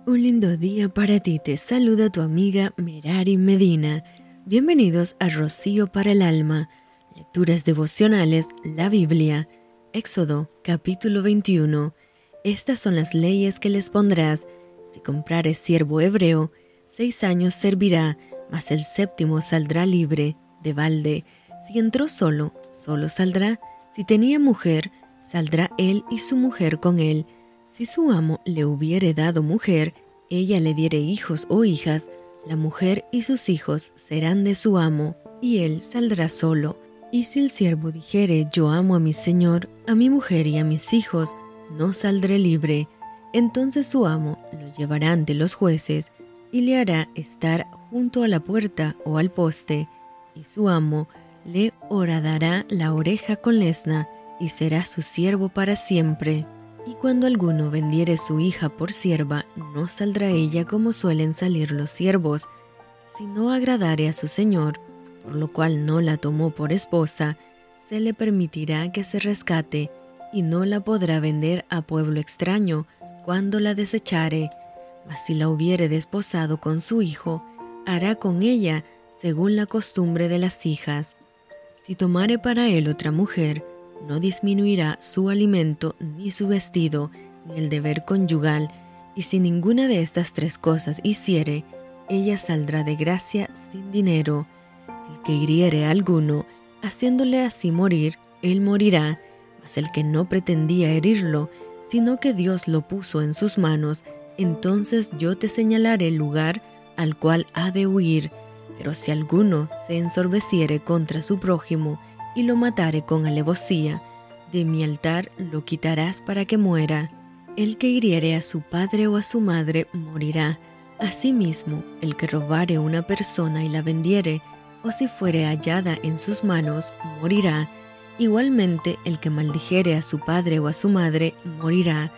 Un lindo día para ti, te saluda tu amiga Merari Medina. Bienvenidos a Rocío para el Alma, Lecturas Devocionales, la Biblia. Éxodo, capítulo 21. Estas son las leyes que les pondrás. Si comprares siervo hebreo, 6 años servirá, mas el 7º saldrá libre, de balde. Si entró solo, solo saldrá. Si tenía mujer, saldrá él y su mujer con él. Si su amo le hubiere dado mujer, ella le diere hijos o hijas, la mujer y sus hijos serán de su amo, y él saldrá solo. Y si el siervo dijere, yo amo a mi señor, a mi mujer y a mis hijos, no saldré libre. Entonces su amo lo llevará ante los jueces, y le hará estar junto a la puerta o al poste, y su amo le horadará la oreja con lesna, y será su siervo para siempre. Y cuando alguno vendiere su hija por sierva, no saldrá ella como suelen salir los siervos. Si no agradare a su señor, por lo cual no la tomó por esposa, se le permitirá que se rescate, y no la podrá vender a pueblo extraño cuando la desechare. Mas si la hubiere desposado con su hijo, hará con ella según la costumbre de las hijas. Si tomare para él otra mujer, no disminuirá su alimento, ni su vestido, ni el deber conyugal, y si ninguna de estas 3 cosas hiciere, ella saldrá de gracia sin dinero. El que hiriere a alguno, haciéndole así morir, él morirá, mas el que no pretendía herirlo, sino que Dios lo puso en sus manos, entonces yo te señalaré el lugar al cual ha de huir. Pero si alguno se ensorbeciere contra su prójimo, y lo matare con alevosía, de mi altar lo quitarás para que muera. El que hiriere a su padre o a su madre morirá. Asimismo, el que robare una persona y la vendiere, o si fuere hallada en sus manos, morirá. Igualmente, el que maldijere a su padre o a su madre, morirá.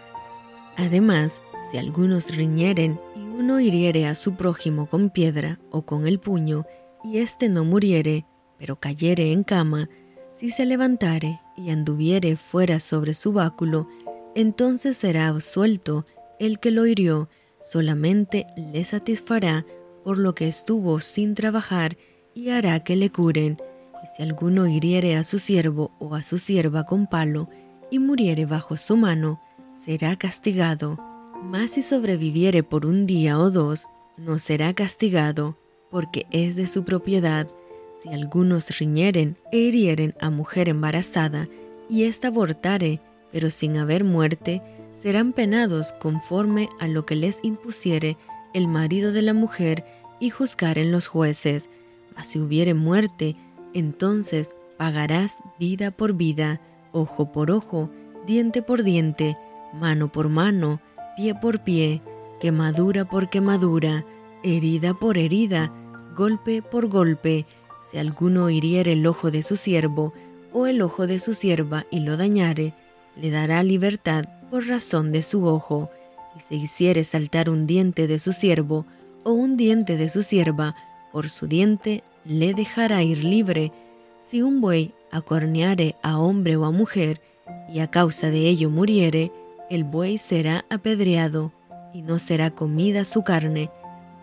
Además, si algunos riñeren y uno hiriere a su prójimo con piedra o con el puño, y éste no muriere, pero cayere en cama, si se levantare y anduviere fuera sobre su báculo, entonces será absuelto el que lo hirió, solamente le satisfará por lo que estuvo sin trabajar y hará que le curen. Y si alguno hiriere a su siervo o a su sierva con palo y muriere bajo su mano, será castigado. Mas si sobreviviere por 1 día o 2, no será castigado, porque es de su propiedad. Si algunos riñeren e hirieren a mujer embarazada, y ésta abortare, pero sin haber muerte, serán penados conforme a lo que les impusiere el marido de la mujer, y juzgaren los jueces. Mas si hubiere muerte, entonces pagarás vida por vida, ojo por ojo, diente por diente, mano por mano, pie por pie, quemadura por quemadura, herida por herida, golpe por golpe. Si alguno hiriere el ojo de su siervo o el ojo de su sierva y lo dañare, le dará libertad por razón de su ojo. Y si hiciere saltar un diente de su siervo o un diente de su sierva, por su diente le dejará ir libre. Si un buey acorneare a hombre o a mujer, y a causa de ello muriere, el buey será apedreado, y no será comida su carne.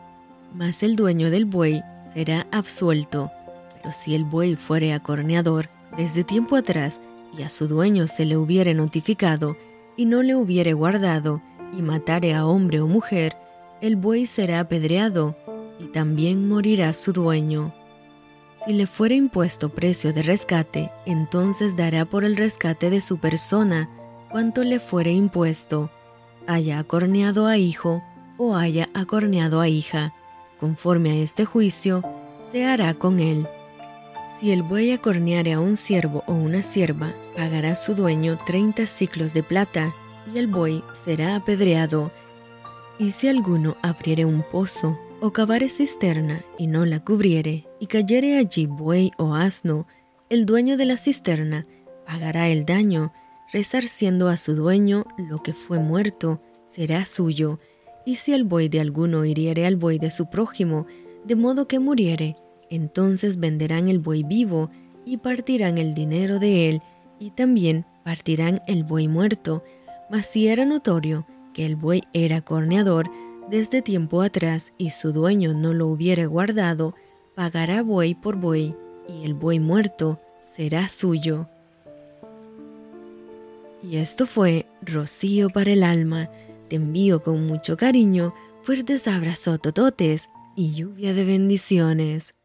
Mas el dueño del buey será absuelto. Pero si el buey fuere acorneador desde tiempo atrás, y a su dueño se le hubiere notificado, y no le hubiere guardado, y matare a hombre o mujer, el buey será apedreado, y también morirá su dueño. Si le fuere impuesto precio de rescate, entonces dará por el rescate de su persona cuanto le fuere impuesto, haya acorneado a hijo o haya acorneado a hija. Conforme a este juicio, se hará con él. Si el buey acorneare a un siervo o una sierva, pagará su dueño 30 siclos de plata, y el buey será apedreado. Y si alguno abriere un pozo, o cavare cisterna, y no la cubriere, y cayere allí buey o asno, el dueño de la cisterna pagará el daño, resarciendo a su dueño lo que fue muerto, será suyo. Y si el buey de alguno hiriere al buey de su prójimo, de modo que muriere, entonces venderán el buey vivo y partirán el dinero de él, y también partirán el buey muerto. Mas si era notorio que el buey era corneador, desde tiempo atrás y su dueño no lo hubiere guardado, pagará buey por buey, y el buey muerto será suyo. Y esto fue Rocío para el alma. Te envío con mucho cariño, fuertes abrazos tototes y lluvia de bendiciones.